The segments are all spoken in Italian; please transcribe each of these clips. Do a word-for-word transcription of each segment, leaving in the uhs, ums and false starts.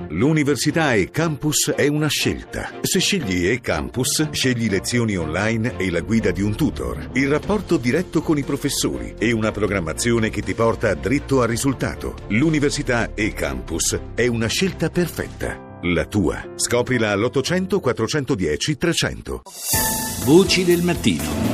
L'università e-Campus è una scelta. Se scegli e-Campus, scegli lezioni online e la guida di un tutor, il rapporto diretto con i professori e una programmazione che ti porta dritto al risultato. L'università e-Campus è una scelta perfetta. La tua. Scoprila all'ottocento quattrocentodieci trecento. Voci del mattino.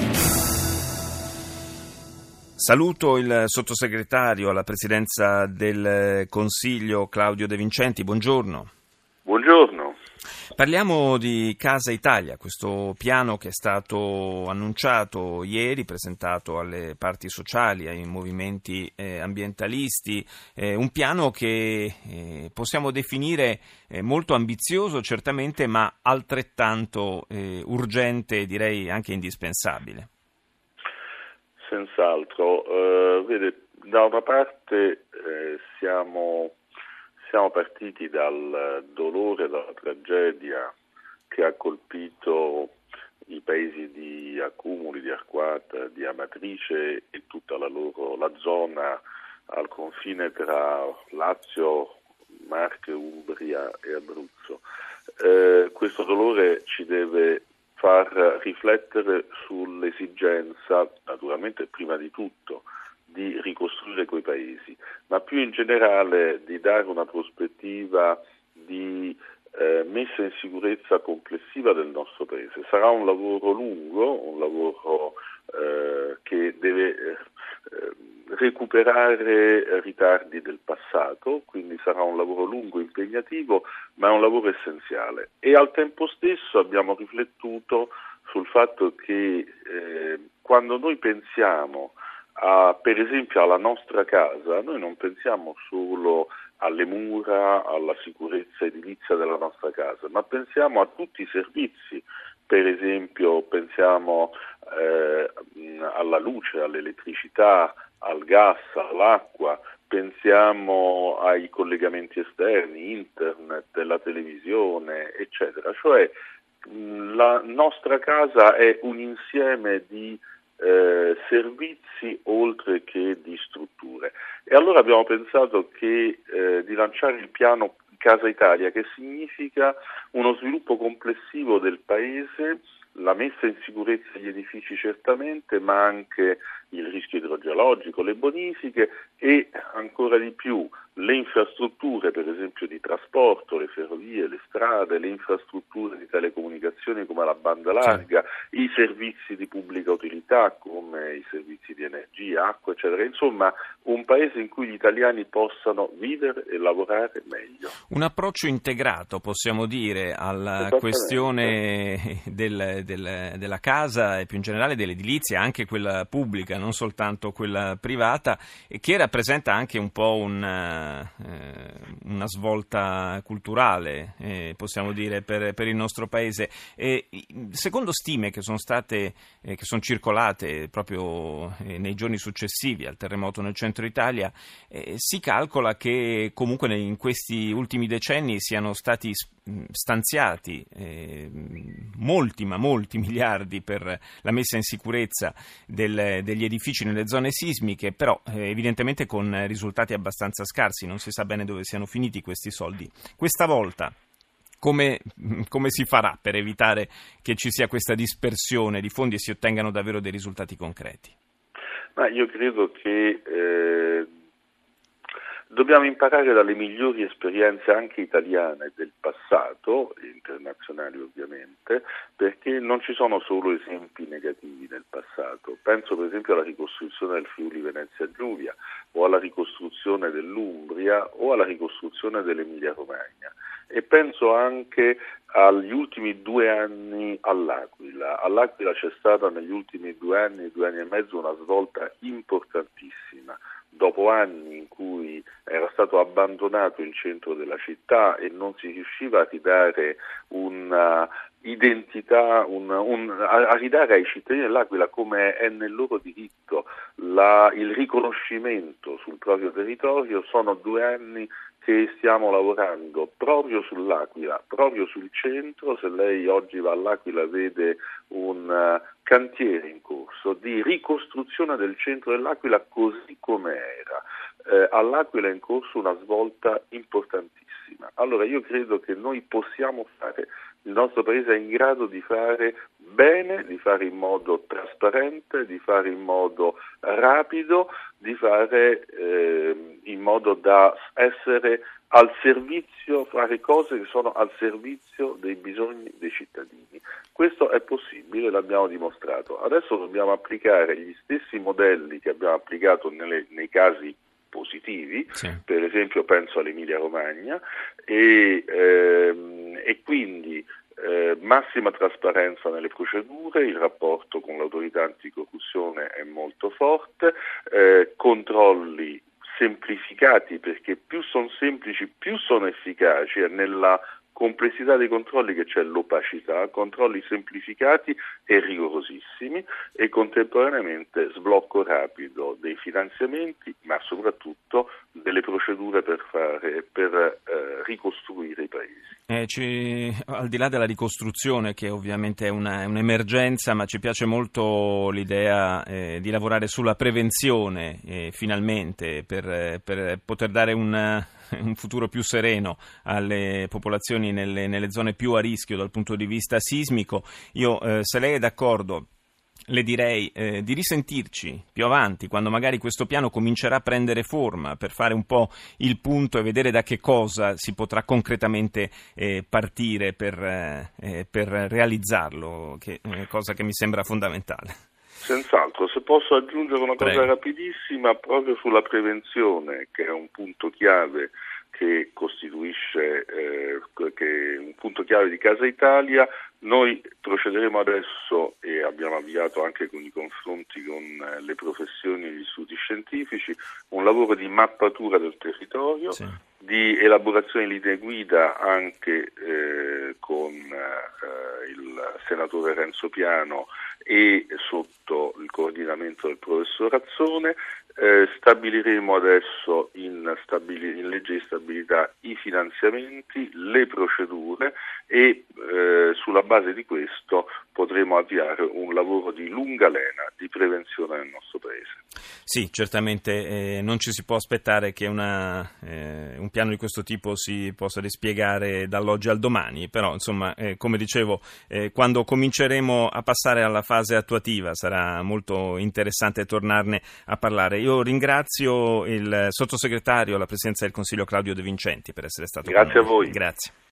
Saluto il sottosegretario alla presidenza del Consiglio Claudio De Vincenti, buongiorno. Buongiorno. Parliamo di Casa Italia, questo piano che è stato annunciato ieri, presentato alle parti sociali, ai movimenti eh, ambientalisti, eh, un piano che eh, possiamo definire eh, molto ambizioso certamente, ma altrettanto eh, urgente, direi anche indispensabile. Senz'altro, eh, vede, da una parte eh, siamo, siamo partiti dal dolore, dalla tragedia che ha colpito i paesi di Accumuli, di Arquata, di Amatrice e tutta la loro la zona al confine tra Lazio, Marche, Umbria e Abruzzo. Eh, questo dolore ci deve far riflettere sull'esigenza, naturalmente prima di tutto, di ricostruire quei paesi, ma più in generale di dare una prospettiva di eh, messa in sicurezza complessiva del nostro paese. Sarà un lavoro lungo, un lavoro eh, che deve eh, recuperare ritardi del passato, quindi sarà un lavoro lungo, impegnativo, ma è un lavoro essenziale. E al tempo stesso abbiamo riflettuto sul fatto che eh, quando noi pensiamo a, per esempio alla nostra casa, noi non pensiamo solo alle mura, alla sicurezza edilizia della nostra casa, ma pensiamo a tutti i servizi. Per esempio pensiamo eh, alla luce, all'elettricità, al gas, all'acqua, pensiamo ai collegamenti esterni, internet, la televisione, eccetera. Cioè la nostra casa è un insieme di eh, servizi oltre che di strutture. E allora abbiamo pensato che eh, di lanciare il piano Casa Italia, che significa uno sviluppo complessivo del paese, la messa in sicurezza degli edifici certamente, ma anche il rischio idrogeologico, le bonifiche e ancora di più le infrastrutture, per esempio di trasporto, le ferrovie, le strade, le infrastrutture di telecomunicazioni come la banda larga, sì. I servizi di pubblica utilità come i servizi di energia, acqua, eccetera. Insomma, un paese in cui gli italiani possano vivere e lavorare meglio. Un approccio integrato, possiamo dire, alla questione del, del, della casa e più in generale dell'edilizia, anche quella pubblica, non soltanto quella privata, e che rappresenta anche un po' un, eh, una svolta culturale, eh, possiamo dire, per, per il nostro paese. E, secondo stime che sono state, eh, che sono circolate proprio eh, nei giorni successivi al terremoto nel centro Italia, eh, si calcola che comunque in questi ultimi decenni siano stati stanziati eh, molti, ma molti miliardi per la messa in sicurezza del, degli edifici nelle zone sismiche, però eh, evidentemente con risultati abbastanza scarsi, non si sa bene dove siano finiti questi soldi. Questa volta come, come si farà per evitare che ci sia questa dispersione di fondi e si ottengano davvero dei risultati concreti? Ma io credo che eh, dobbiamo imparare dalle migliori esperienze anche italiane del passato, internazionali ovviamente, perché non ci sono solo esempi negativi nel passato. Penso per esempio alla ricostruzione del Friuli Venezia Giulia o alla ricostruzione dell'Umbria o alla ricostruzione dell'Emilia Romagna. E penso anche agli ultimi due anni all'Aquila. All'Aquila c'è stata negli ultimi due anni, due anni e mezzo, una svolta importantissima. Dopo anni in cui era stato abbandonato il centro della città e non si riusciva a ridare una identità, un, un, a ridare ai cittadini dell'Aquila, come è nel loro diritto, la, il riconoscimento sul proprio territorio, sono due anni che stiamo lavorando proprio sull'Aquila, proprio sul centro. Se lei oggi va all'Aquila vede un uh, cantiere in corso di ricostruzione del centro dell'Aquila così come era. Eh, all'Aquila è in corso una svolta importantissima. altissima. Allora io credo che noi possiamo fare, il nostro Paese è in grado di fare bene, di fare in modo trasparente, di fare in modo rapido, di fare eh, in modo da essere al servizio, fare cose che sono al servizio dei bisogni dei cittadini. Questo è possibile, l'abbiamo dimostrato. Adesso dobbiamo applicare gli stessi modelli che abbiamo applicato nelle, nei casi positivi, sì. Per esempio penso all'Emilia Romagna, e, ehm, e quindi eh, massima trasparenza nelle procedure, il rapporto con l'autorità anticorruzione è molto forte, eh, controlli semplificati, perché più sono semplici più sono efficaci, e nella complessità dei controlli che c'è l'opacità, controlli semplificati e rigorosissimi, e contemporaneamente sblocco rapido dei finanziamenti, ma soprattutto delle procedure per fare per eh, ricostruire i paesi. Eh, ci, al di là della ricostruzione, che ovviamente è una, è un'emergenza, ma ci piace molto l'idea eh, di lavorare sulla prevenzione eh, finalmente per, per poter dare un, un futuro più sereno alle popolazioni nelle, nelle zone più a rischio dal punto di vista sismico. Io, eh, se lei è d'accordo, le direi eh, di risentirci più avanti, quando magari questo piano comincerà a prendere forma, per fare un po' il punto e vedere da che cosa si potrà concretamente eh, partire per, eh, per realizzarlo, che è cosa che mi sembra fondamentale. Senz'altro, se posso aggiungere una cosa Prego. rapidissima proprio sulla prevenzione, che è un punto chiave che costituisce eh, che un punto chiave di Casa Italia. Noi procederemo adesso, e abbiamo avviato anche con i confronti con eh, le professioni e gli istituti scientifici, un lavoro di mappatura del territorio, sì. Di elaborazione di linee guida anche eh, con eh, il senatore Renzo Piano e sotto il coordinamento del professor Razzone. Eh, stabiliremo adesso in, stabili- in legge di stabilità i finanziamenti, le procedure, e eh, sulla base di questo potremo avviare un lavoro di lunga lena di prevenzione nel nostro Paese. Sì, certamente eh, non ci si può aspettare che una, eh, un piano di questo tipo si possa dispiegare dall'oggi al domani, però insomma, eh, come dicevo, eh, quando cominceremo a passare alla fase attuativa sarà molto interessante tornarne a parlare. Io ringrazio il sottosegretario alla Presidenza del Consiglio Claudio De Vincenti per essere stato Grazie con noi. a voi. Grazie.